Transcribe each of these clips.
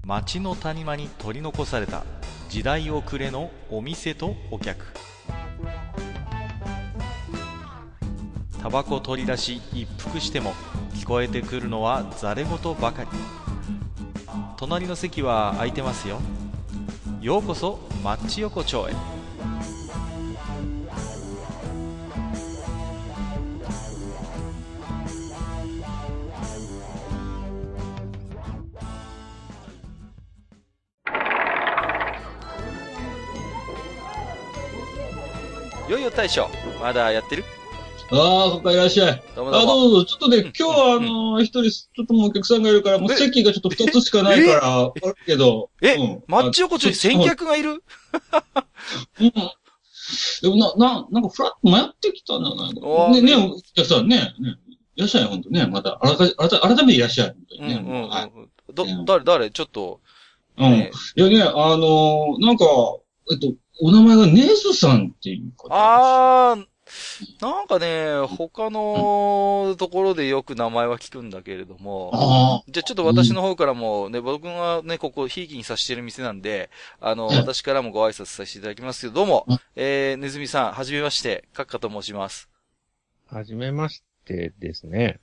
町の谷間に取り残された時代遅れのお店とお客。タバコ取り出し一服しても聞こえてくるのはざれ言ばかり。隣の席は空いてますよ。ようこそマッチ横丁へ。よいよ大将、まだやってる？ ああ、そっか、いらっしゃい。 どうもどうも。 どうぞ。ちょっとね、今日は一人、ちょっともうお客さんがいるから、もう席がちょっと二つしかないから、あるけど。 マッチ横丁に先客がいる？ うん。でもなんかフラッと迷ってきたんじゃないか。ね、お客さんね、いらっしゃい、ほんとね、また、改めていらっしゃい、本当にね。はい。 誰ちょっと。 いやね、なんか、お名前がネズさんっていう方。なんかね、他のところでよく名前は聞くんだけれども、じゃあちょっと私の方からもね、僕がね、ここ、ひいきにさしてる店なんで、私からもご挨拶させていただきますけど、どうも、ねずみさん、はじめまして、閣下と申します。 はじめましてですね。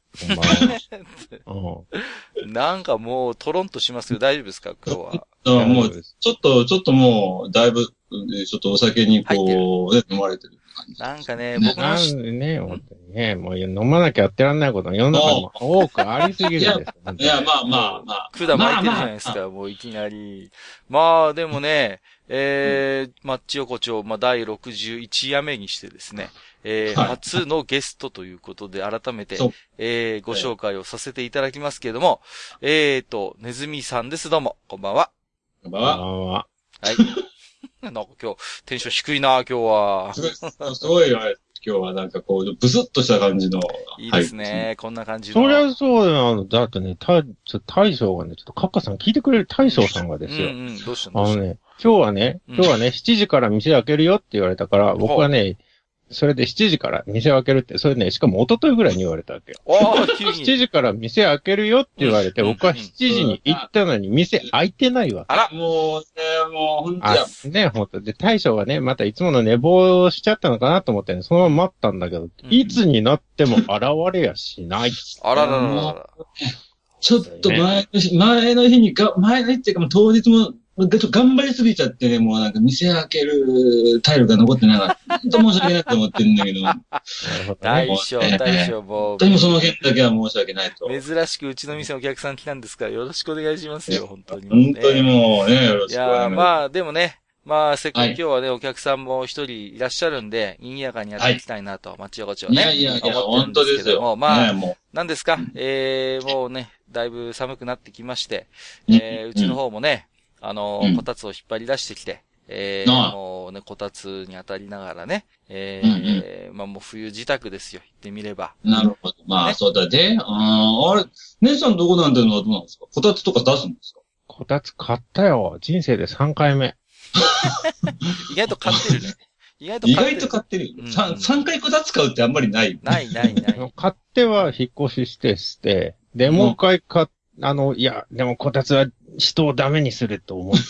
なんかもう、トロンとしますけど、大丈夫ですか今日は。 もう、ちょっともう、だいぶ、ちょっとお酒にこう、ね、飲まれてる感じ。 なんかね、僕のね、本当にね、もう飲まなきゃやってらんないことが世の中にも多くありすぎるんですよ。 いや、まあ。 管巻いてるじゃないですか、もういきなり。まあ、でもね、マッチ横丁、第61夜目にしてですね、初のゲストということで、改めて、ご紹介をさせていただきますけれども、ねずみさんです。どうも、こんばんは。 こんばんは。 はい。なんか今日、テンション低いな、今日は。 すごい、今日はなんかこう、ブスッとした感じの。 いいですね、こんな感じの。 そりゃそうよ、だってね、大将がね、ちょっとカッカさん聞いてくれる大将さんがですよ。 どうしたの？ 今日はね、7時から店開けるよって言われたから、僕はね、それで7時から店開けるって、それね、しかも一昨日ぐらいに言われたわけよ。7時から店開けるよって言われて、僕は7時に行ったのに店開いてないわ。 あら、 もうほんとや。 ね、ほんと。で、大将はね、またいつもの寝坊しちゃったのかなと思ってね、そのまま待ったんだけど、いつになっても現れやしない。 あらららら。 ちょっと前の日っていうかもう当日も、頑張りすぎちゃってね、もうなんか店開ける体力が残ってなかった。本当申し訳ないと思ってるんだけど。 大将もう。 本当にもその件だけは申し訳ないと。 珍しくうちの店お客さん来たんですからよろしくお願いしますよ、本当に。 本当にもうね、よろしくお願いします。 いや、でもね、せっかく今日はね、お客さんも一人いらっしゃるんで、賑やかにやっていきたいなと、マッチ横丁ね。 いや、本当ですよ。 何ですか、もうね、だいぶ寒くなってきまして、うちの方もね、こたつを引っ張り出してきて、もうね、こたつに当たりながらね、もう冬支度ですよ、言ってみれば。 なるほど。そうだね。あれ、姉さんどこなんていうのはどうなんですか？こたつとか出すんですか？ こたつ買ったよ。人生で3回目。 意外と買ってるね。 意外と買ってるよ。3回こたつ買うってあんまりない。 ない。 買っては引っ越しして捨て、で、もう一回でもこたつは人をダメにすると思って、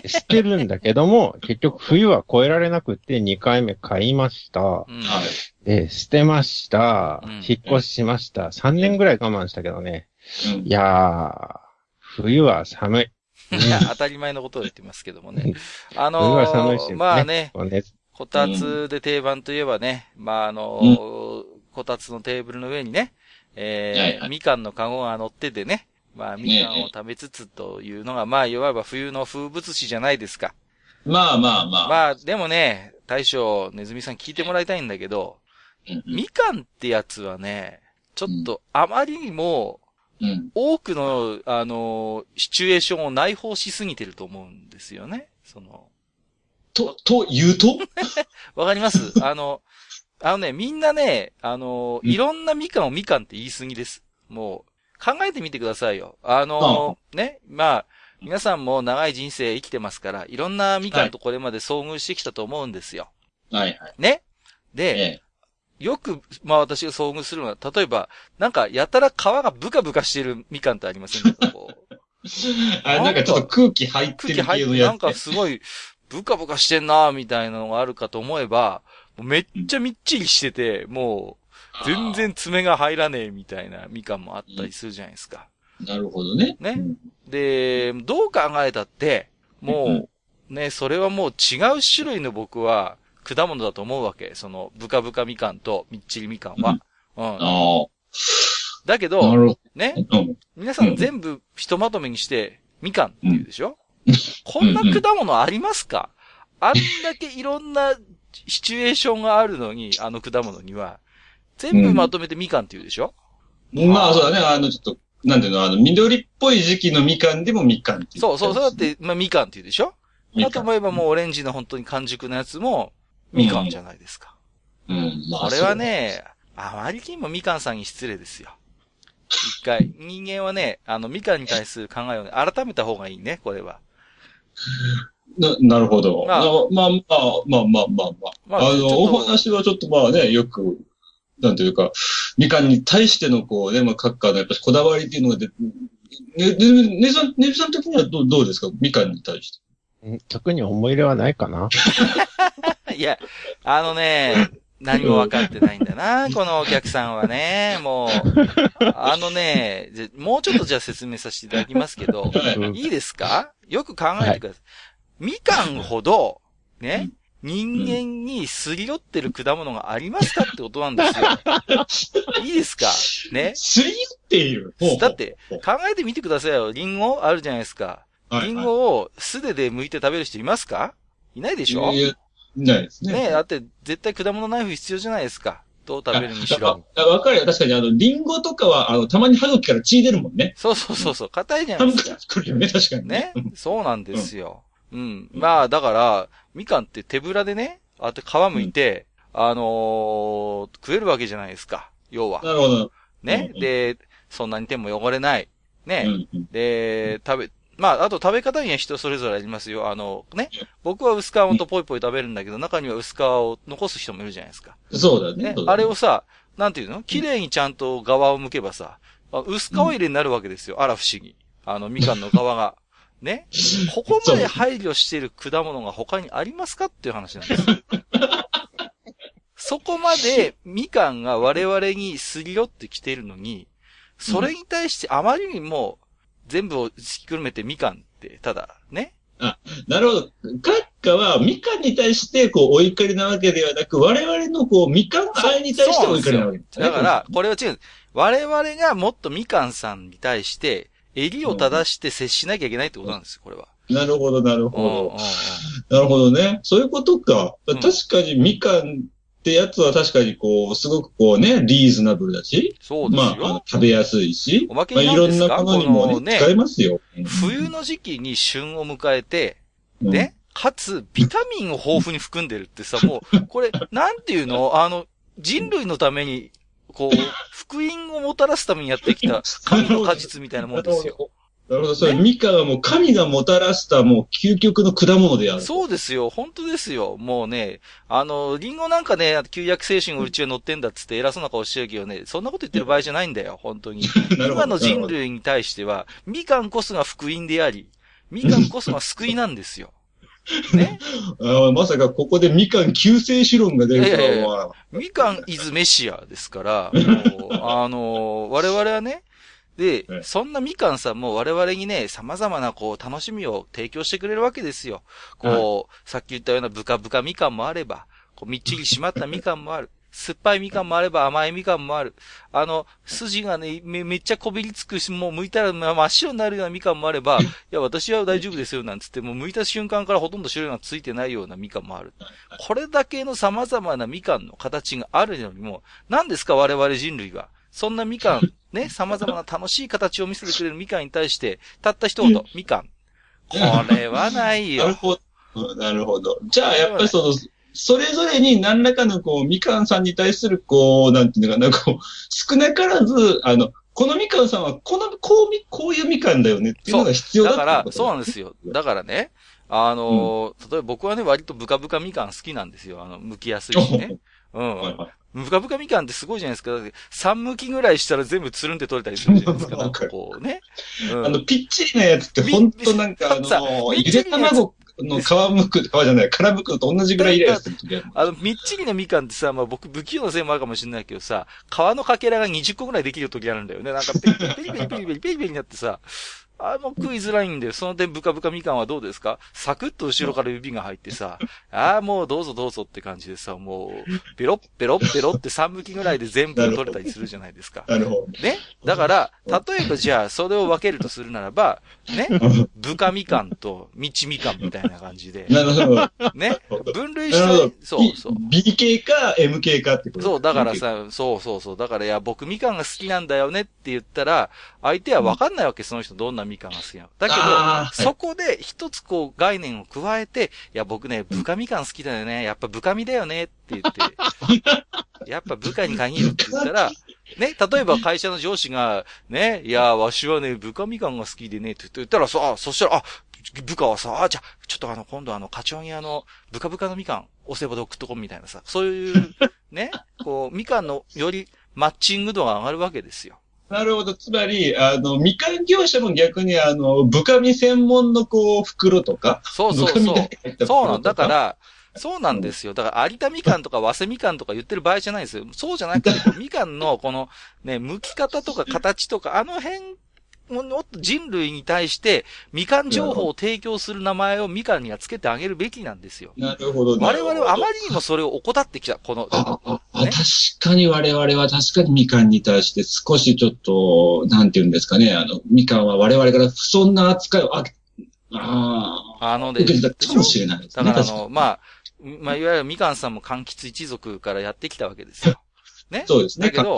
捨てるんだけども、結局冬は越えられなくって2回目買いました。で、捨てました。引っ越ししました。3年ぐらい我慢したけどね。いやー、冬は寒い。 いや、当たり前のことを言ってますけどもね。 冬は寒いし、 こたつで定番といえばね、こたつのテーブルの上にね、みかんのカゴが乗っててね、みかんを食べつつというのが、いわば冬の風物詩じゃないですか。でもね、大将、ねずみさん聞いてもらいたいんだけど、みかんってやつはね、ちょっとあまりにも、多くの、シチュエーションを内包しすぎてると思うんですよね。 と言うとわかりますみんなね、いろんなみかんをみかんって言い過ぎです。もう、考えてみてくださいよ。ね、皆さんも長い人生生きてますから、いろんなみかんとこれまで遭遇してきたと思うんですよ。ね。で、よく、私が遭遇するのは、例えば、なんか、やたら皮がブカブカしてるみかんってありませんか？ なんかちょっと空気入ってる系のやつ。 なんかすごい、ブカブカしてんなみたいなのがあるかと思えば、めっちゃみっちりしてて、もう、全然爪が入らねえみたいなみかんもあったりするじゃないですか。 なるほどね。 ね。で、どう考えたって、もう、ね、それはもう違う種類の僕は、果物だと思うわけ。その、ブカブカみかんとみっちりみかんは。だけど、ね、皆さん全部ひとまとめにして、みかんって言うでしょ、こんな果物ありますか？あんだけいろんなシチュエーションがあるのに、あの果物には、全部まとめてみかんって言うでしょ、 まあそうだね、ちょっと、なんていうの、緑っぽい時期のみかんでもみかんって言う。 そうだって、まあみかんって言うでしょあと思えばもうオレンジの本当に完熟のやつも、みかんじゃないですか。これはね、あまりにもみかんさんに失礼ですよ。一回、人間はね、みかんに対する考えをね、改めた方がいいね、これは。 なるほど。まあ。お話はちょっとまあね、よく、なんていうか、みかんに対してのこうね、まあ、閣下のやっぱりこだわりっていうのがねずさん的にはどうですか？みかんに対して。 特に思い入れはないかな。 いや、何も分かってないんだな、このお客さんはね。もう、もうちょっとじゃあ説明させていただきますけど、いいですか？よく考えてください。みかんほど、ね、人間にすり寄ってる果物がありますかってことなんですよ。いいですか？ね。 すり寄っている。 だって、考えてみてくださいよ。リンゴあるじゃないですか。リンゴを素手で剥いて食べる人いますか？いないでしょ？ ないですね。 ねえ、だって絶対果物ナイフ必要じゃないですか。どう食べるにしろ。 わかるよ。確かにリンゴとかは、たまに歯茎から血出るもんね。 そう。硬いじゃないですか。 作るよね、確かにね。そうなんですよ。まあ、だから、みかんって手ぶらでね、あと皮剥いて、食えるわけじゃないですか。要は。 なるほど。 ね。で、そんなに手も汚れない。ね。で、あと食べ方には人それぞれありますよ。僕は薄皮とポイポイ食べるんだけど、中には薄皮を残す人もいるじゃないですか。 そうだね。 あれをさ、なんていうの？綺麗にちゃんと皮を剥けばさ、薄皮入れになるわけですよ。あら不思議。みかんの皮が。ね。ここまで配慮している果物が他にありますかっていう話なんですよ。そこまでみかんが我々にすり寄ってきているのに、それに対してあまりにも全部をひっくるめてみかんって、ただ、ね。 なるほど。閣下はみかんに対してお怒りなわけではなく、我々のみかん愛に対してお怒りなわけですね。 だから、これは違う。我々がもっとみかんさんに対して、襟を正して接しなきゃいけないってことなんですよ、これは。 なるほど。なるほどね。そういうことか。確かにみかんってやつは確かにすごくリーズナブルだし。 そうですよ。 まあ、食べやすいし。 おまけになんですか？ いろんなものにもね、使えますよ。 冬の時期に旬を迎えて、ね、かつ、ビタミンを豊富に含んでるってさ、もう、これ、なんていうの？人類のために、福音をもたらすためにやってきた神の果実みたいなもんですよ。 なるほど。それ、ミカはもう神がもたらしたもう究極の果物である。 そうですよ。本当ですよ。もうね、リンゴなんかね、旧約聖書のうちは乗ってんだっつって偉そうな顔してるけどね、そんなこと言ってる場合じゃないんだよ。本当に。今の人類に対しては、みかんこそが福音であり、みかんこそが救いなんですよ。ね。 まさかここでみかん救世主論が出るとは思わなかった。 みかんイズメシアですから、我々はね、で、そんなみかんさんも我々にね、様々な楽しみを提供してくれるわけですよ。さっき言ったようなブカブカみかんもあれば、みっちり締まったみかんもある。酸っぱいみかんもあれば甘いみかんもある。筋がね、めっちゃこびりつくし、もう剥いたら真っ白になるようなみかんもあれば、いや、私は大丈夫ですよ、なんつって、もう剥いた瞬間からほとんど白がついてないようなみかんもある。これだけの様々なみかんの形があるのにも、何ですか我々人類が。そんなみかん、ね、様々な楽しい形を見せてくれるみかんに対して、たった一言、みかん。これはないよ。 なるほど。じゃあ、やっぱりそれぞれに何らかのみかんさんに対するなんていうのかな、少なからず、このみかんさんは、こういうみかんだよねっていうのが必要だってことだから、 そうなんですよ。だからね、例えば僕はね、割とブカブカみかん好きなんですよ。剥きやすいしね。 ブカブカみかんってすごいじゃないですか。3向きぐらいしたら全部つるんで取れたりするじゃないですか。なんかこうね。 ピッチリなやつってほんとなんかゆで卵の皮じゃない、殻むくのと同じぐらいイライラするときある。 みっちりなみかんってさ、まあ僕、不器用なせいもあるかもしれないけどさ、皮のかけらが20個ぐらいできるときあるんだよね。なんかペリペリペリペリペリペリになってさ、食いづらいんだよ。その点、ブカブカみかんはどうですか？サクッと後ろから指が入ってさ、もうどうぞどうぞって感じでさ、もう、ペロッペロッペロって3向きぐらいで全部取れたりするじゃないですか。 なるほど。 ね？だから、例えばじゃあ、それを分けるとするならば、ね？ブカみかんとミチみかんみたいな感じで。 なるほど。 ね？分類して、そうそう。 B 系か M 系かってことそう、だからさ、そう。だから、いや、僕みかんが好きなんだよねって言ったら、相手は分かんないわけ、その人どんなみかんが好きなの。だけど、そこで一つこう概念を加えて、いや、僕ね、ブカみかん好きだよね。やっぱブカみだよねって言って、やっぱ部下に限るって言ったら、ね、例えば会社の上司が、ね、いや、わしはね、部下みかんが好きでね、って言ったらさ、そしたら、部下はさ、じゃあ、ちょっと今度課長にブカブカのみかん、お歳暮で送っとこうみたいなさ、そういう、ね、こう、みかんのよりマッチング度が上がるわけですよ。 なるほど。つまり、みかん業者も逆に、部下み専門のこう、袋とか。 そう。そうなんだから、そうなんですよ。だから、有田みかんとか、早生みかんとか言ってる場合じゃないですよ。そうじゃなくて、みかんのこの、ね、剥き方とか形とか、辺、もっと人類に対して、みかん情報を提供する名前をみかんにはつけてあげるべきなんですよ。 なるほど。 我々はあまりにもそれを怠ってきた、この、 ね。確かに我々は確かにみかんに対して少しちょっと、なんて言うんですかね、みかんは我々から不遜な扱いを、受けてたかもしれないですね。 だからまあ、いわゆるみかんさんも柑橘一族からやってきたわけですよ。ね。 そうですね。 だけど、 はい。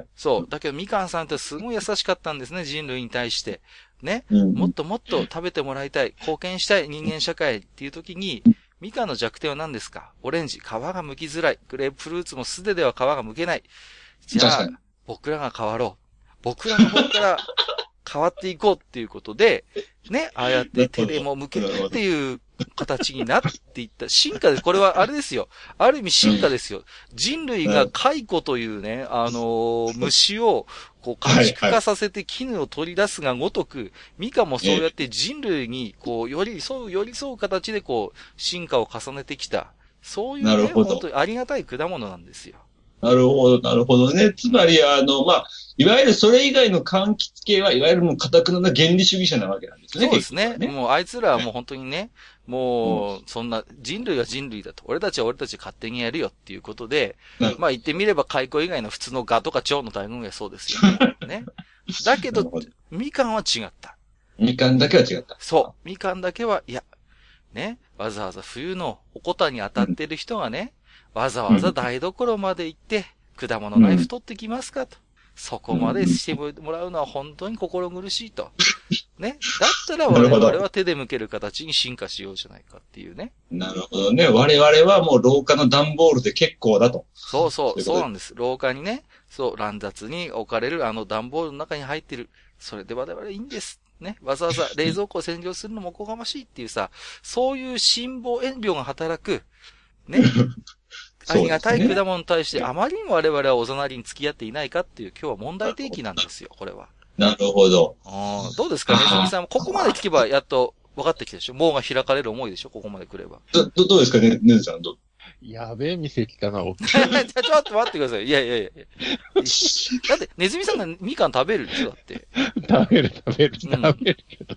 そう。だけど、みかんさんってすごい優しかったんですね、人類に対して。ね。もっともっと食べてもらいたい、貢献したい人間社会っていう時に、みかんの弱点は何ですか？オレンジ、皮が剥きづらい。グレープフルーツも素手では皮が剥けない。じゃあ、僕らが変わろう。僕らの方から変わっていこうっていうことで、ね、ああやって手でも剥けるっていう形になっていった。進化です。これはあれですよ。ある意味進化ですよ。人類が蚕というね、虫をこう家畜化させて絹を取り出すがごとく、ミカもそうやって人類にこう寄り添う形でこう進化を重ねてきた。そういうね、本当にありがたい果物なんですよ。 なるほどね。つまり、いわゆるそれ以外の柑橘系は、いわゆるもう堅くな原理主義者なわけなんですね。 そうですね。もうあいつらはもう本当にね、もう、そんな、人類は人類だと。俺たちは俺たち勝手にやるよっていうことで、まあ言ってみれば蚕以外の普通のガとか蝶の大群がそうですよね。だけど、みかんは違った。 みかんだけは違った。 そう。みかんだけは、いや、ね、わざわざ冬のおこたに当たってる人がね、わざわざ台所まで行って、果物ナイフ取ってきますかと。そこまでしてもらうのは本当に心苦しいと。ね。だったら我々は手で剥ける形に進化しようじゃないかっていうね。 なるほどね。我々はもう廊下の段ボールで結構だと。 そうなんです。廊下にね、乱雑に置かれる段ボールの中に入ってる。それで我々はいいんです。ね。わざわざ冷蔵庫を占領するのもおこがましいっていうさ、そういう辛抱遠慮が働く、ね。ありがたい果物に対してあまりにも我々はおざなりに付き合っていないかっていう今日は問題提起なんですよ、これは。 なるほど。 どうですかね、ネズミさんもここまで聞けばやっと分かってきたでしょ？門が開かれる思いでしょ？ここまで来れば。 どうですかね、ネズさんやべえ店来たな、僕。 ちょっと待ってください。いや。だって、ネズミさんがみかん食べるでしょ？だって。 食べるけど。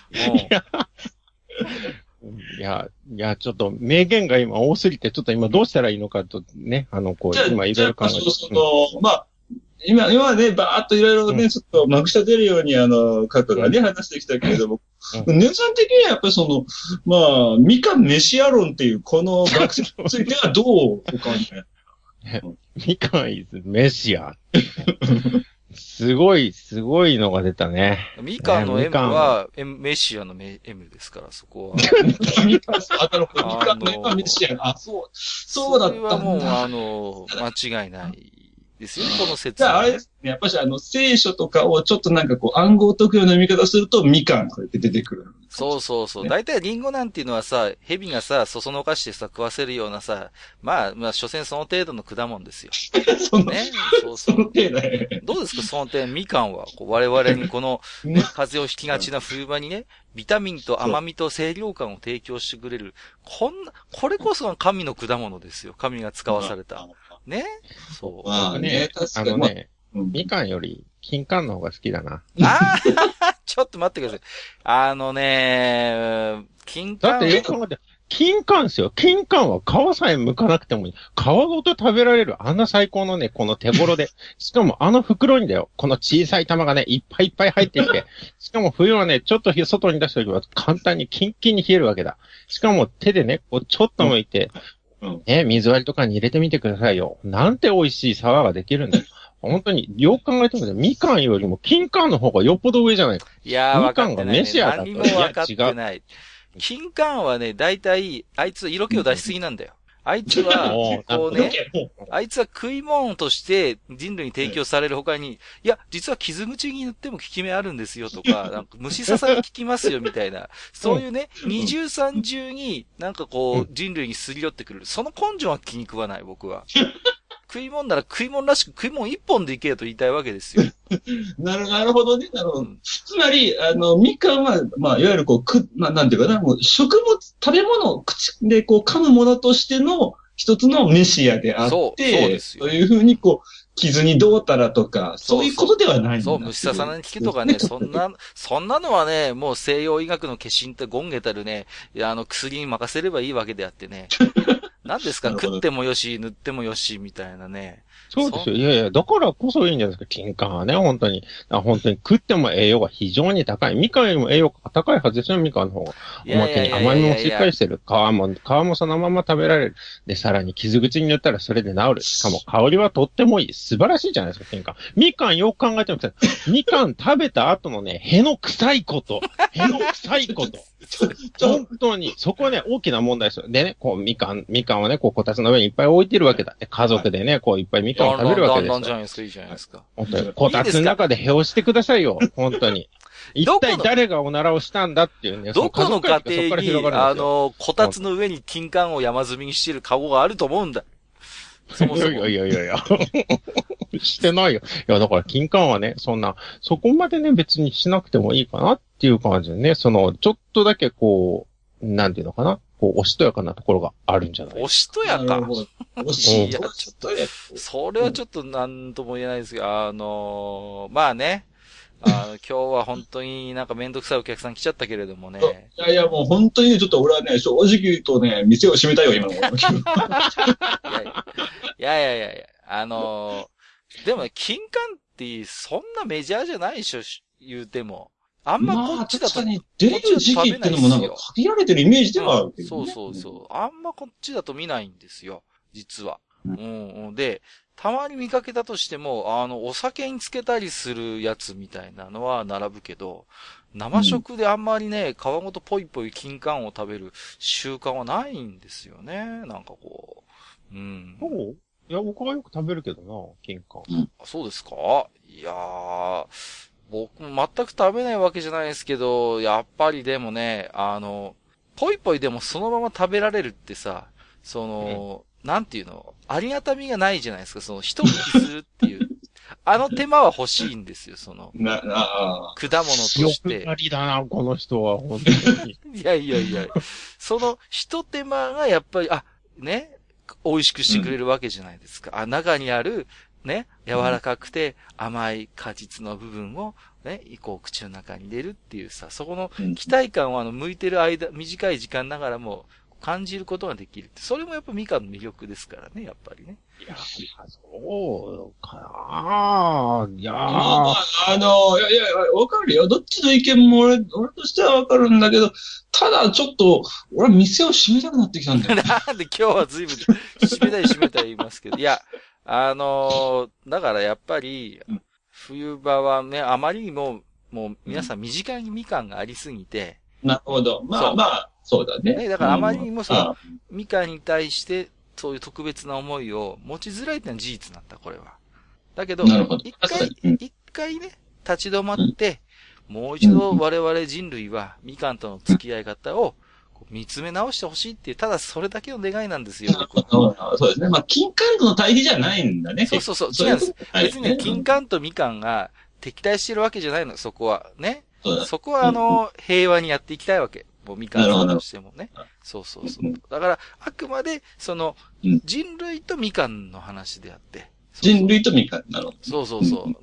いや、ちょっと名言が今多すぎて、ちょっと今どうしたらいいのかとね、今いろいろ考えて。 今ね、バーっといろいろね、ちょっとまくし立てるように、各がね、話してきたけれども、ネズさん的にはやっぱりみかん飯野論っていう、この学説についてはどうお考えみかんイズメシア。すごいのが出たね。 みかんの M は、メシアの M ですから、そこは。 みかんの M はメシア。そうだったんだ。 それはもう、間違いないですよね、この説。 じゃああれですね、やっぱし聖書とかをちょっとなんかこう暗号解くような見方すると、みかんこうやって出てくる。 そうそうそう。大体リンゴなんていうのはさ、蛇がさ、そそのかしてさ、食わせるようなさ、まあ、所詮その程度の果物ですよ。ね。そうそう。 その程度ね。 どうですか、その点、みかんは、我々にこの、ね、風邪をひきがちな冬場にね、ビタミンと甘みと清涼感を提供してくれる。これこそが神の果物ですよ。神が使わされた。ね。そう。 まあね、確かに。 みかんより、金柑の方が好きだな。 ああちょっと待ってください。金柑。 だってよく考えて、金柑ですよ。金柑は皮さえ剥かなくてもいい。皮ごと食べられる。あんな最高のね、この手頃で。しかも袋にだよ。この小さい玉がね、いっぱいいっぱい入ってきて。しかも冬はね、ちょっと外に出しておけば簡単にキンキンに冷えるわけだ。しかも手でね、こうちょっと剥いて、水割りとかに入れてみてくださいよ。なんて美味しいサワーができるんだよ。本当に、よく考えてみて、みかんよりも金柑の方がよっぽど上じゃないか。 いやー、 みかんがメシアだと。 何も分かってない。金柑はね、大体、あいつ色気を出しすぎなんだよ。あいつは、こうね、あいつは食い物として人類に提供される他に、いや、実は傷口に塗っても効き目あるんですよとか、なんか虫刺さに効きますよみたいな、そういうね、二重三重になんかこう、人類にすり寄ってくる。その根性は気に食わない、僕は。食い物なら食い物らしく食い物一本でいけよと言いたいわけですよ。 なるほどね。なるほど。つまり、みかんは、まあ、いわゆるこう、なんていうかな、もう食べ物を口でこう噛むものとしての一つのメシアであって、そうですよ。そういうふうにこう、傷にどうたらとか、そういうことではないんだ。 そう、虫刺さに効くとかね、そんなのはね、もう西洋医学の化身とゴンゲたるね、薬に任せればいいわけであってね。何ですか食ってもよし、塗ってもよし、みたいなね。 そうですよ。いやいや、だからこそいいんじゃないですか、金柑はね、本当に。本当に食っても栄養が非常に高い。みかんよりも栄養が高いはずですよ、みかんの方が。おまけに甘みもしっかりしてる。皮もそのまま食べられる。で、さらに傷口に塗ったらそれで治る。しかも香りはとってもいい。素晴らしいじゃないですか、金柑。みかんよく考えてみてください。みかん食べた後のね、への臭いこと。本当に、そこはね、大きな問題ですよ。でね、こう、みかんはね、こう、こたつの上にいっぱい置いてるわけだ。家族でね、こう、いっぱいみかんを食べるわけですよ。 じゃないですか、いいじゃないですか。 本当に、こたつの中でへをしてくださいよ。本当に。一体誰がおならをしたんだっていうね。 どこの家庭に、こたつの上に金柑を山積みにしているカゴがあると思うんだ。そもそも。 いや。してないよ。いや、だから金柑はね、そこまでね、別にしなくてもいいかなっていう感じでね、ちょっとだけこう、なんていうのかな、こう、おしとやかなところがあるんじゃないおしとやか。 おしいや、ちょっと、それはちょっとなんとも言えないですけど、まあね、今日は本当になんかめんどくさいお客さん来ちゃったけれどもね。 いや、もう本当にね、ちょっと俺はね、正直言うとね、店を閉めたいよ、今の。 いや。でも、金柑ってそんなメジャーじゃないでしょ、言うても。あんまこっちだと。 確かに出る時期ってのもなんか限られてるイメージではあるけど、ねそう。あんまこっちだと見ないんですよ、実は。で、たまに見かけたとしても、お酒につけたりするやつみたいなのは並ぶけど、生食であんまりね、皮ごとポイポイ金柑を食べる習慣はないんですよね。なんかこう。 そういや、僕はよく食べるけどな、金柑。 そうですか？いやー、僕も全く食べないわけじゃないですけど、やっぱりでもね、ポイポイでもそのまま食べられるってさ、なんていうの、ありがたみがないじゃないですか、一口するっていう。手間は欲しいんですよ、果物として。 欲張りだな、この人は、本当に。 いや。一手間がやっぱり、ね、美味しくしてくれるわけじゃないですか。中にある、ね、柔らかくて甘い果実の部分を、ね、こう口の中に入れるっていうさ、そこの期待感を剥いてる短い時間ながらも感じることができる。それもやっぱみかんの魅力ですからね、やっぱりね。 いや、そうかな。いや、 わかるよ。どっちの意見も俺としてはわかるんだけど、ただちょっと、俺は店を閉めたくなってきたんだよ。 なんで今日は随分閉めたい言いますけど、いや、だからやっぱり、冬場はね、あまりにもう皆さん身近にみかんがありすぎて。 なるほど。まあ、そうだね。 だからあまりにもみかんに対して、そういう特別な思いを持ちづらいってのは事実なんだ、これは。 だけど、一回ね、立ち止まって、もう一度我々人類はみかんとの付き合い方を見つめ直してほしいっていう、ただそれだけの願いなんですよ。 そうですね。まあ、金柑との対比じゃないんだね。 そう。違うんです。別にね、金柑とみかんが敵対してるわけじゃないの、そこは。ね。そこは平和にやっていきたいわけ。もうみかんさんとしてもね。そう。だから、あくまで、人類とみかんの話であって。 人類とみかんなの。 そう。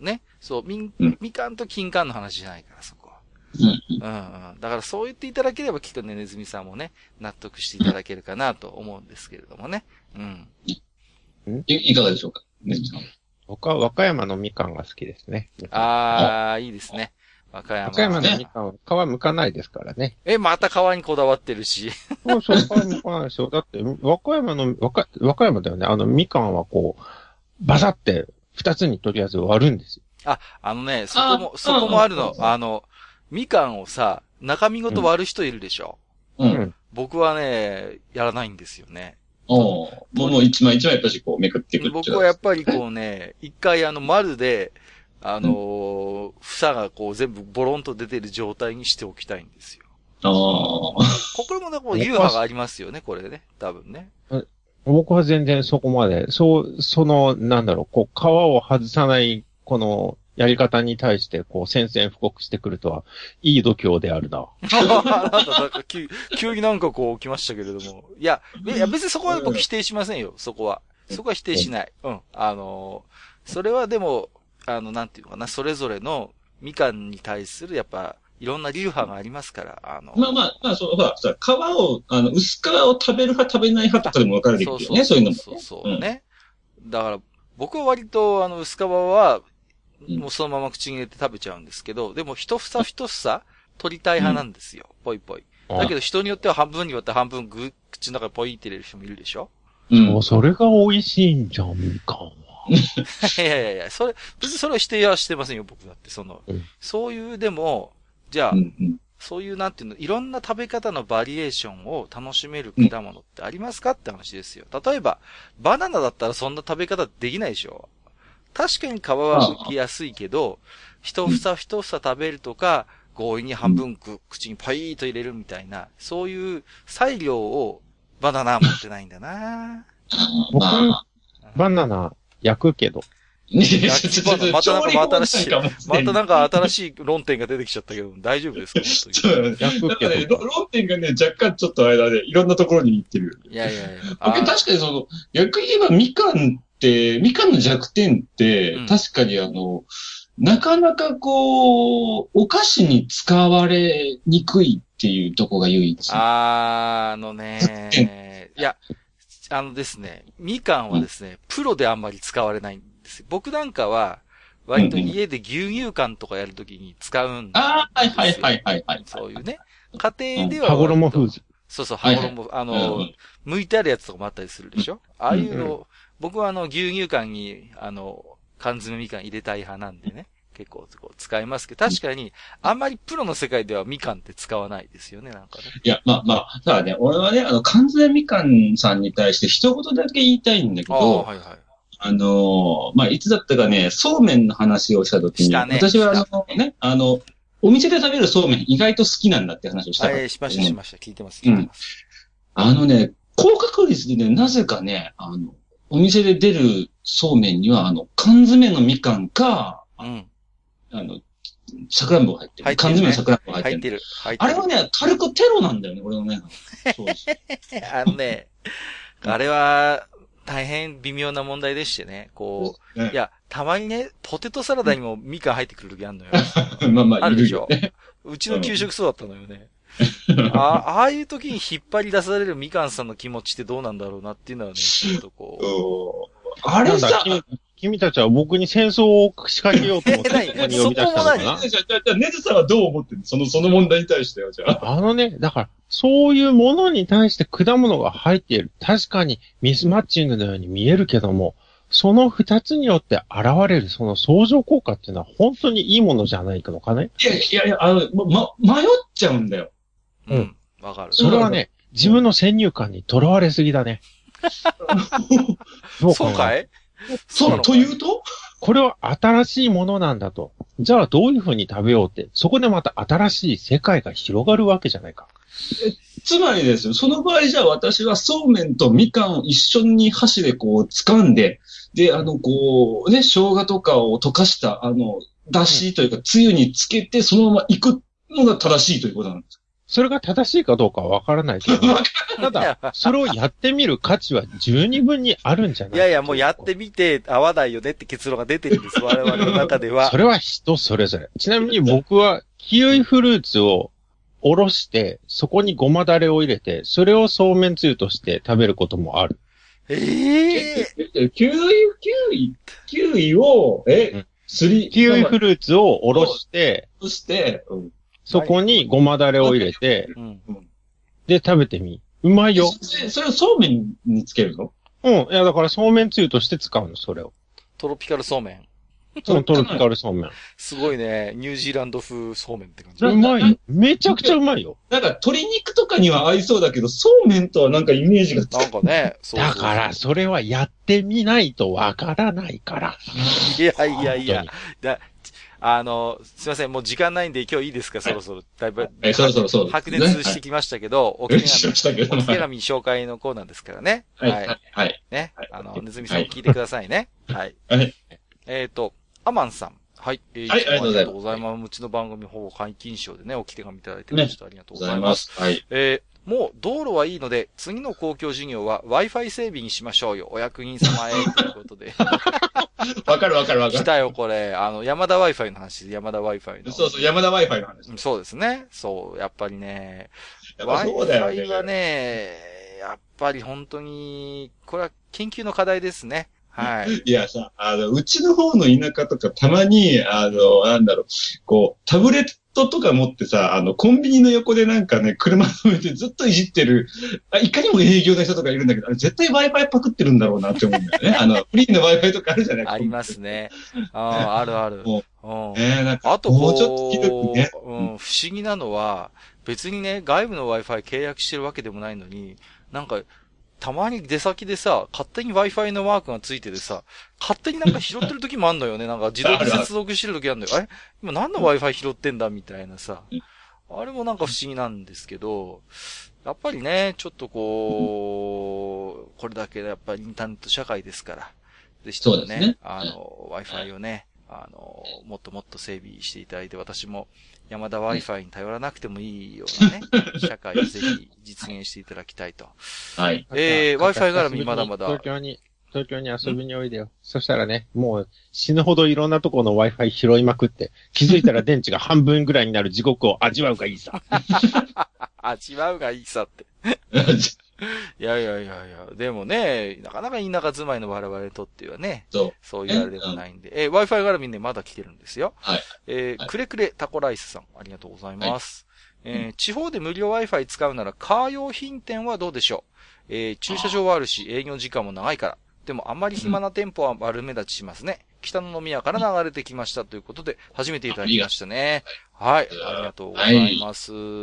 ね。そう、みかんと金柑の話じゃないから、そこは。だからそう言っていただければきっとね、ネズミさんもね、納得していただけるかなと思うんですけれどもね。 いかがでしょうか、ネズミさん。 僕は和歌山のみかんが好きですね。 いいですね。和歌山のみかんは皮剥かないですからね。 また皮にこだわってるし。 そう、皮剥かないですよ。だって、和歌山だよね。みかんはこう、バサって二つにとりあえず割るんですよ。 そこもあるの。みかんをさ、中身ごと割る人いるでしょ。僕はね、やらないんですよね。 もう一枚一枚やっぱしこうめくっていく。 僕はやっぱりこうね、一回丸で、房がこう全部ボロンと出てる状態にしておきたいんですよ。これもね、こう、優派がありますよね、これね。多分ね。 僕は全然そこまで、こう、皮を外さない、この、やり方に対して、こう、宣戦布告してくるとは、いい度胸であるな。 なんか急になんかこう来ましたけれども。いや、別にそこは僕否定しませんよ、そこは。そこは否定しない。それはでも、なんていうのかな、それぞれのみかんに対する、やっぱ、いろんな流派がありますから、 まあ、皮を、薄皮を食べる派、食べない派とかでも分かれてくるよね、そういうのも。 そうね。だから、僕は割と、薄皮は、もうそのまま口に入れて食べちゃうんですけど、でも一房取りたい派なんですよ、ポイポイ。だけど人によっては半分に割って半分口の中にポイって入れる人もいるでしょ。 それが美味しいんじゃん、みかんは。 いや、別にそれは否定はしてませんよ、僕だって。そういう、でも、じゃあ、そういうなんていうの、いろんな食べ方のバリエーションを楽しめる果物ってありますかって話ですよ。例えば、バナナだったらそんな食べ方できないでしょ。確かに皮は剥きやすいけど、一房食べるとか、強引に半分口にパイーと入れるみたいな、そういう裁量をバナナは持ってないんだな。 僕、バナナ焼くけど。 またなんか新しい論点が出てきちゃったけど、大丈夫ですか？ 焼くけど。 論点がね、若干ちょっと間でいろんなところに行ってる。 いや。 確かに逆に言えばみかんの弱点って、確かになかなかこう、お菓子に使われにくいっていうとこが唯一。 いや、ですね、みかんはですね、プロであんまり使われないんですよ。僕なんかは、割と家で牛乳缶とかやるときに使うんですよ。 はい。 そういうね。家庭では。 羽衣フーズ。 そう、羽衣、剥いてあるやつとかもあったりするでしょ？ああいうの、僕は牛乳缶に、缶詰みかん入れたい派なんでね。結構使いますけど、確かに、あんまりプロの世界ではみかんって使わないですよね、なんかね。 いや、ただね、俺はね、缶詰みかんさんに対して一言だけ言いたいんだけど、いつだったかね、そうめんの話をしたときに、私はお店で食べるそうめん意外と好きなんだって話をしたから。 しました。聞いてます。 高確率でね、なぜかね、お店で出るそうめんには、缶詰のみかんか、さくらんぼが入ってる。缶詰のさくらんぼが入ってる。あれはね、軽くテロなんだよね、俺のね。そうです。 あれは、大変微妙な問題でしてね。いや、たまにね、ポテトサラダにもみかん入ってくるときあるのよ。あるでしょ。うちの給食そうだったのよね。ああいう時に引っ張り出されるみかんさんの気持ちってどうなんだろうなっていうのはね、ちょっとあれさ、 君たちは僕に戦争を仕掛けようと思ってここに呼び出したのかな？ じゃあ、ネズさんはどう思ってるの？その問題に対しては、じゃあ。 だから、そういうものに対して果物が入っている。確かにミスマッチングのように見えるけども、その二つによって現れるその相乗効果っていうのは本当にいいものじゃないのかね？ いや、迷っちゃうんだよ。 わかる。 それはね、自分の先入観にとらわれすぎだね。 そうかい？ そうというとこれは新しいものなんだと。じゃあどういうふうに食べようって。そこでまた新しい世界が広がるわけじゃないか。 つまりですよ、その場合じゃあ私はそうめんとみかんを一緒に箸でこう掴んで、で、こうね、生姜とかを溶かした、だしというか、つゆにつけて、そのまま行くのが正しいということなんです。 それが正しいかどうかはわからないけど、ただ、それをやってみる価値は十二分にあるんじゃないか。 いやいや、もうやってみて合わないよねって結論が出てるんです、我々の中では。 それは人それぞれ。ちなみに僕は、キウイフルーツをおろして、そこにごまだれを入れて、それをそうめんつゆとして食べることもある。 キウイを、 キウイフルーツをおろして、そこにごまだれを入れて、で、食べてみ。うまいよ。 それをそうめんにつけるの？ うん。いや、だからそうめんつゆとして使うの、それを。 トロピカルそうめん。 トロピカルそうめん。 すごいね。ニュージーランド風そうめんって感じ。 うまいよ。めちゃくちゃうまいよ。 なんか鶏肉とかには合いそうだけど、そうめんとはなんかイメージがなんかね。 そうだから、それはやってみないとわからないから。 いやいやいや。すいません、もう時間ないんで今日いいですか、そろそろ。だいぶ、白熱してきましたけど、置き手紙紹介のコーナーですからね。はい。ね。ねずみさん聞いてくださいね。はい。アマンさん。はい。 ありがとうございます。うちの番組ほぼ解禁賞でね、置き手紙いただいてました。ありがとうございます。 はい。 もう道路はいいので、次の公共事業は Wi-Fi 整備にしましょうよ。お役人様へ、ということで。 わかる。 来たよ、これ。山田 Wi-Fi の話で、山田 Wi-Fi の。 そう、山田 Wi-Fi の話。 そうですね。そう、やっぱりね。 Wi-Fi はね、やっぱり本当に、これは研究の課題ですね。はい。 いやさ、うちの方の田舎とかたまに、こう、タブレットとか持ってさ、コンビニの横でなんかね、車止めてずっといじってる、いかにも営業の人とかいるんだけど、絶対 Wi-Fi パクってるんだろうなって思うんだよね。フリーの Wi-Fi とかあるじゃないありますね。ある。 なんかあともうちょっとひどくね。 不思議なのは、別にね、外部の Wi-Fi 契約してるわけでもないのに、なんか、たまに出先でさ、勝手に Wi-Fi のマークがついててさ、勝手になんか拾ってる時もあんのよね。なんか自動で接続してる時あんのよ。今何の Wi-Fi 拾ってんだみたいなさ。あれもなんか不思議なんですけど、やっぱりね、ちょっとこれだけやっぱりインターネット社会ですから。ぜひともね、Wi-Fi をね、もっともっと整備していただいて、私も山田 Wi-Fi に頼らなくてもいいようなね、社会をぜひ実現していただきたいと。 はい。 Wi-Fi 絡みまだまだ。 東京に遊びにおいでよ。そしたらね、もう死ぬほどいろんなところの Wi-Fi 拾いまくって、気づいたら電池が半分ぐらいになる地獄を味わうがいいさ。 味わうがいいさって。いや。でもね、なかなか田舎住まいの我々にとってはね、そういうあれでもないんで。Wi-Fi 絡みね、まだ来てるんですよ。 はい。 くれくれタコライスさん、ありがとうございます。地方で無料 Wi-Fi 使うならカー用品店はどうでしょう？駐車場はあるし、営業時間も長いから。でもあんまり暇な店舗は悪目立ちしますね。北の宮から流れてきましたということで、初めていただきましたね。はい。ありがとうございます。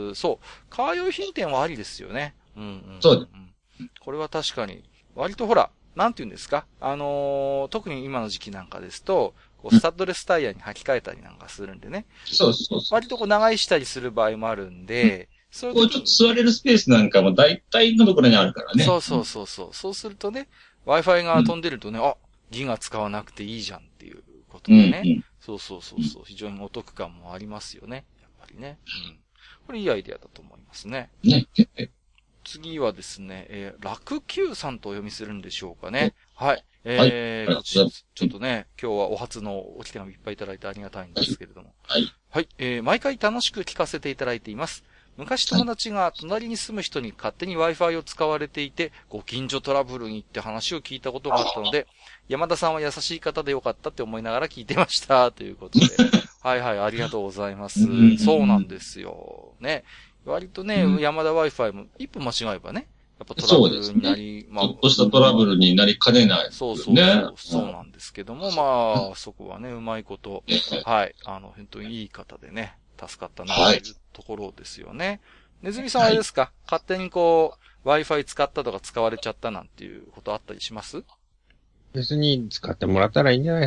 そう。カー用品店はありですよね。 そう。 これは確かに、割とほら、なんて言うんですか？特に今の時期なんかですと、スタッドレスタイヤに履き替えたりなんかするんでね。 そう。 割と長居したりする場合もあるんで、 ちょっと座れるスペースなんかも大体のところにあるからね。 そう。そうするとね、Wi-Fi が飛んでるとね、ギガ使わなくていいじゃんっていうことでね。そう。非常にお得感もありますよね。やっぱりね。これいいアイデアだと思いますね。次はですね、楽久さんとお読みするんでしょうかね。はい。ちょっとね、今日はお初のお手紙いっぱいいただいてありがたいんですけれども。はい。毎回楽しく聞かせていただいています。昔友達が隣に住む人に勝手に Wi-Fi を使われていて、ご近所トラブルに行って話を聞いたことがあったので、山田さんは優しい方でよかったって思いながら聞いてました。ということで。はい、ありがとうございます。そうなんですよ。ね。割とね、山田 Wi-Fi も一歩間違えばね、やっぱトラブルになり、 ちょっとしたトラブルになりかねない。 そうなんですけども、そこはね、うまいこと、はい、本当にいい方でね、助かったな、というところですよね。ねずみさんはあれですか？勝手にWi-Fi 使ったとか使われちゃったなんていうことあったりします？ 別に使ってもらったらいいんじゃないですか？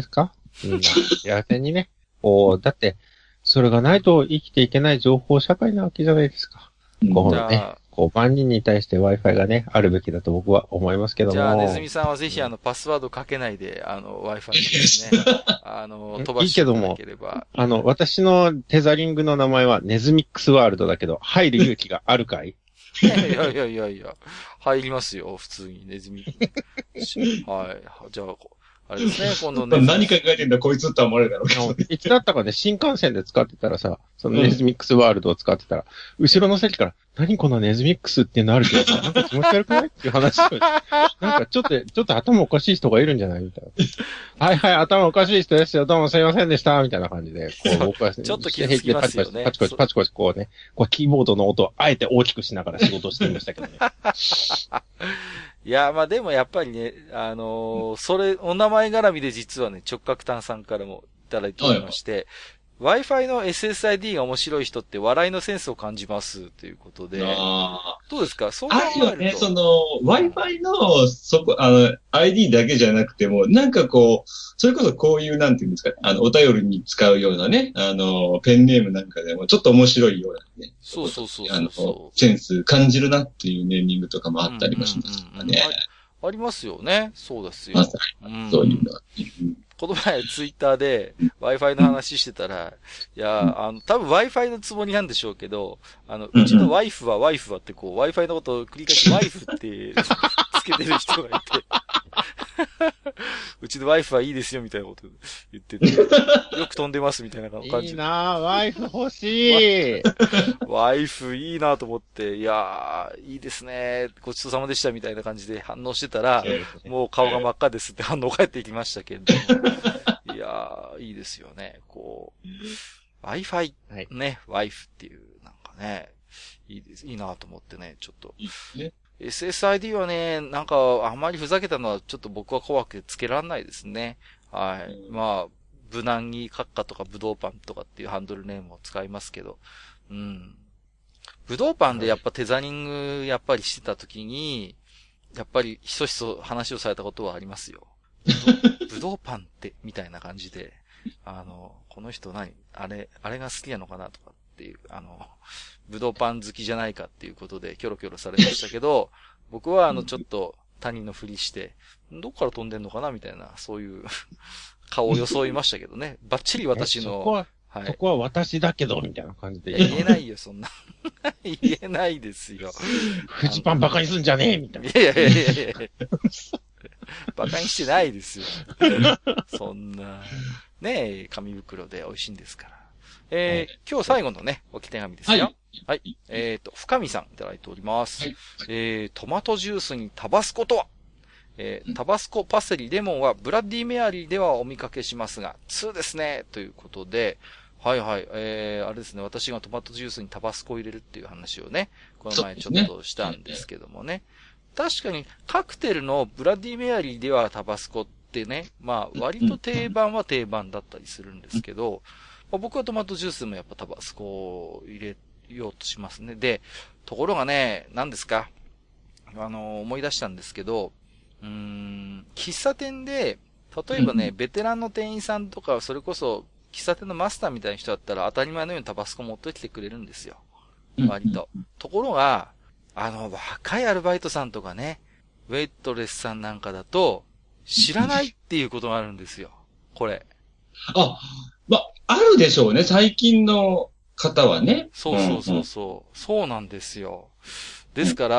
みんな、幸せにね。だって、それがないと生きていけない情報社会なわけじゃないですか。こうね、万人に対して Wi-Fi がね、あるべきだと僕は思いますけども。 じゃあ、ネズミさんはぜひパスワードかけないで、Wi-Fi ですね、飛ばしていただければ。 いいけども、私のテザリングの名前はネズミックスワールドだけど、入る勇気があるかい？ いや、入りますよ、普通に、ネズミ。はい。じゃあ、あれですね、今度ね。 何考えてんだこいつって思われるだろうけど。 いつだったかね、新幹線で使ってたらさ、そのネズミックスワールドを使ってたら、後ろの席から、何このネズミックスっていうのあるけどさ、なんか気持ち悪くないっていう話を、なんかちょっと頭おかしい人がいるんじゃないみたいな。はい、頭おかしい人ですよ、どうもすいませんでした、みたいな感じで、 僕は、ちょっと気づきますよね。 パチコチ、こうね、キーボードの音をあえて大きくしながら仕事をしていましたけどね。 いや、まあでもやっぱりね、それ、お名前絡みで実はね、直角炭さんからもいただいておりまして、Wi-Fi の SSID が面白い人って笑いのセンスを感じますということで、どうですか？そう考えると。 あるよね、Wi-Fi の、ID だけじゃなくても、なんかこう、それこそこういう、なんていうんですか、お便りに使うようなね、ペンネームなんかでも、ちょっと面白いようなね。 そう。 センス感じるなっていうネーミングとかもあったりもしますからね。 ありますよね。そうですよ。 まさに、そういうのは。 この前ツイッターで Wi-Fi の話してたら、いや、多分 Wi-Fi のつもりなんでしょうけど、うちのワイフはってこう Wi-Fi のことを繰り返しワイフってつけてる人がいて、うちのワイフはいいですよみたいなこと言ってて、よく飛んでますみたいな感じで。 いいなぁ、ワイフ欲しい。 ワイフいいなと思って、いやー、いいですね。ごちそうさまでしたみたいな感じで反応してたら、もう顔が真っ赤ですって反応返ってきましたけれども。いやー、いいですよね。こう、Wi-Fi、ね、ワイフっていう、なんかね、いいなと思ってね、ちょっと。SSID はね、なんか、あんまりふざけたのはちょっと僕は怖くてつけらんないですね。はい。まあ、無難に閣下とかブドウパンとかっていうハンドルネームを使いますけど、うん。ブドウパンでやっぱテザリングやっぱりしてた時に、やっぱりひそひそ話をされたことはありますよ。ブドウパンって、みたいな感じで、この人あれが好きなのかなとかっていう、ブドウパン好きじゃないかっていうことでキョロキョロされましたけど、僕はちょっと他人のふりして、どっから飛んでんのかなみたいな、そういう顔を装いましたけどね。バッチリ私の、 そこは私だけど、みたいな感じで。 言えないよ、そんな。言えないですよ。 フジパンバカにすんじゃねえみたいな。 いや。バカにしてないですよ。そんな。ねえ、紙袋で美味しいんですから。今日最後のね、置き手紙ですよ。はい。深見さんいただいております。トマトジュースにタバスコとはタバスコ、パセリ、レモンはブラッディメアリーではお見かけしますが、2ですね。ということで、はい。あれですね。私がトマトジュースにタバスコを入れるっていう話をね、この前ちょっとしたんですけどもね。確かにカクテルのブラッディメアリーではタバスコってね、まあ割と定番は定番だったりするんですけど、僕はトマトジュースもやっぱタバスコを入れようとしますね。で、ところがね、何ですか思い出したんですけど、喫茶店で、例えばね、ベテランの店員さんとか、それこそ、喫茶店のマスターみたいな人だったら当たり前のようにタバスコ持ってきてくれるんですよ。割と。ところが、若いアルバイトさんとかね、ウェイトレスさんなんかだと、知らないっていうことがあるんですよ。これ。 あるでしょうね、最近の方はね。 そう。そうなんですよ。ですから、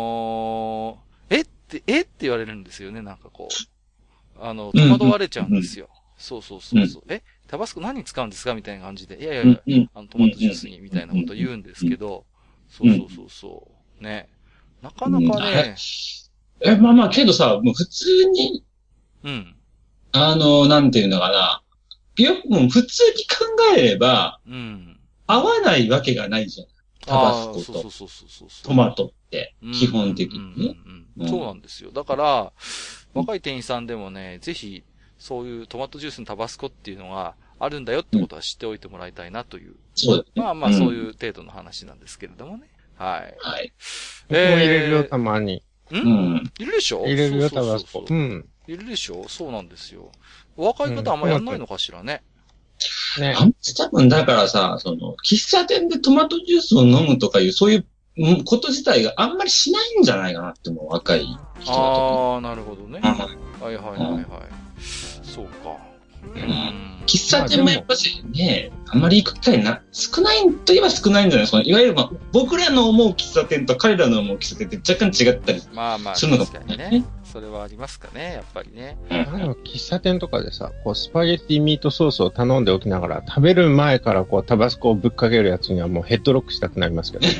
って言われるんですよね、なんかこう。戸惑われちゃうんですよ。そう。タバスコ何使うんですかみたいな感じで。いや、トマトジュースに、みたいなこと言うんですけど。そう。ね。なかなかね。 まあ、けどさ、もう普通に、なんていうのかな。もう普通に考えれば、合わないわけがないじゃん。タバスコと。トマトって、基本的にね。 そうなんですよ。だから、若い店員さんでもね、ぜひ、そういうトマトジュースのタバスコっていうのがあるんだよってことは知っておいてもらいたいなという。 そうですね。まあ、そういう程度の話なんですけれどもね。はい。 僕も入れるよ、たまに。 入れるでしょ入れるよ、タバスコ。 いるでしょ？そうなんですよ。若い方あんまやんないのかしらね。 ね。多分だからさ、喫茶店でトマトジュースを飲むとかいう、そういうこと自体があんまりしないんじゃないかなって思う、若い人だと。 ああ、なるほどね。はいはいはいはい。そうか。 喫茶店もやっぱしね、あんまり行く機会少ないといえば少ないんじゃないですかね。いわゆる僕らの思う喫茶店と彼らの思う喫茶店って若干違ったりするのかもしれない。 確かにね。それはありますかね、やっぱりね。 喫茶店とかでさ、スパゲティミートソースを頼んでおきながら、食べる前からタバスコをぶっかけるやつにはもうヘッドロックしたくなりますけどね。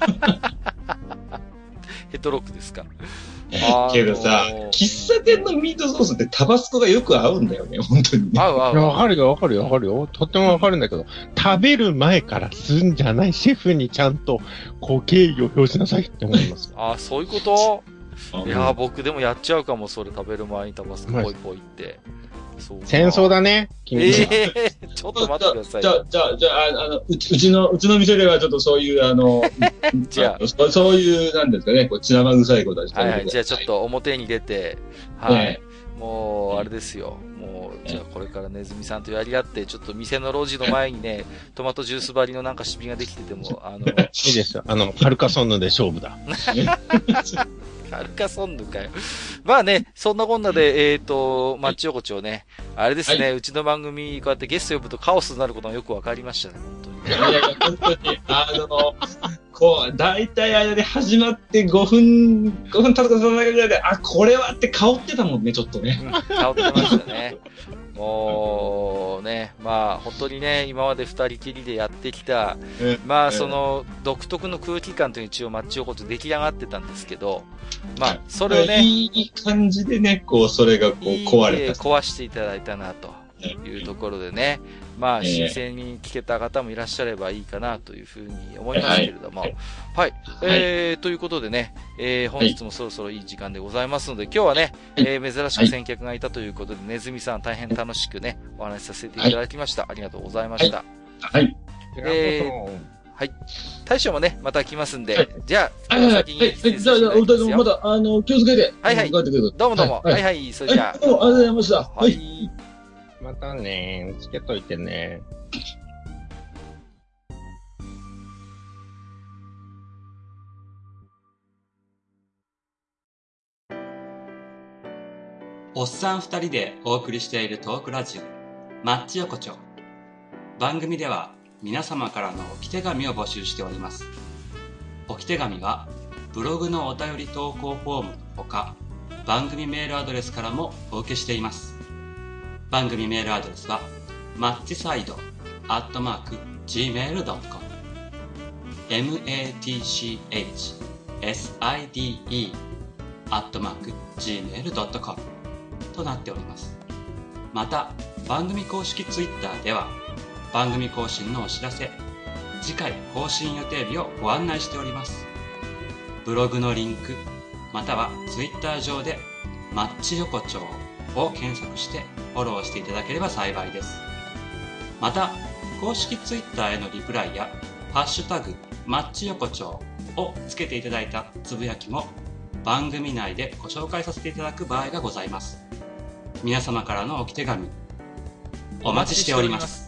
ヘッドロックですか。 けどさ、喫茶店のミートソースってタバスコがよく合うんだよね、本当にね。 合う。わかるよ。とってもわかるんだけど、食べる前からすんじゃない。シェフにちゃんと、敬意を表しなさいって思います。 そういうこと？いや僕でもやっちゃうかも、それ食べる前にタバスコポイポイって。 戦争だね、君ちょっと待ってください。 じゃあ、うちの店ではちょっとそういう、じゃあ、そういう、なんですかね、血生臭いことはしてはい、じゃあちょっと表に出て、はい。もう、あれですよ。もう、じゃあこれからネズミさんとやり合って、ちょっと店の路地の前にね、トマトジュース張りのなんかシミができてても、 いいですよ。カルカソンヌで勝負だ。 カルカソンヌかよ。まあね、そんなこんなで、マッチ横丁ね、あれですね、うちの番組、こうやってゲスト呼ぶとカオスになることがよくわかりましたね、本当に。 いや、本当に、大体あれで始まって5分経つかそのぐらいで、これはって香ってたもんね、ちょっとね。 香ってましたね。もうね、まあ本当にね、今まで二人きりでやってきた、まあその独特の空気感という一応マッチ横丁出来上がってたんですけど、まあそれをね、 いい感じでね、それが壊れた。 壊していただいたなというところでね、まあ新鮮に聞けた方もいらっしゃればいいかなというふうに思いますけれども、はい。ということでね、本日もそろそろいい時間でございますので、今日はね、珍しく先客がいたということで、ネズミさん大変楽しくね、お話しさせていただきました。ありがとうございました。 はい。 はい。大将もね、また来ますんで、じゃあ、先にじゃあ、お二人もまだ、気をつけて。 はいはい。どうもどうも。はいはい、それじゃあ。 どうもありがとうございました。 はい。 またね、つけといてね。 おっさん二人でお送りしているトークラジオ、マッチ横丁。番組では皆様からの置き手紙を募集しております。置き手紙はブログのお便り投稿フォームのほか、番組メールアドレスからもお受けしています。番組メールアドレスはマッチサイド@gmail.com matchside@gmail.com となっております。また番組公式ツイッターでは番組更新のお知らせ、次回更新予定日をご案内しております。ブログのリンクまたはツイッター上でマッチ横丁を検索してフォローしていただければ幸いです。また公式ツイッターへのリプライやハッシュタグマッチ横丁をつけていただいたつぶやきも番組内でご紹介させていただく場合がございます。皆様からの置き手紙お待ちしております。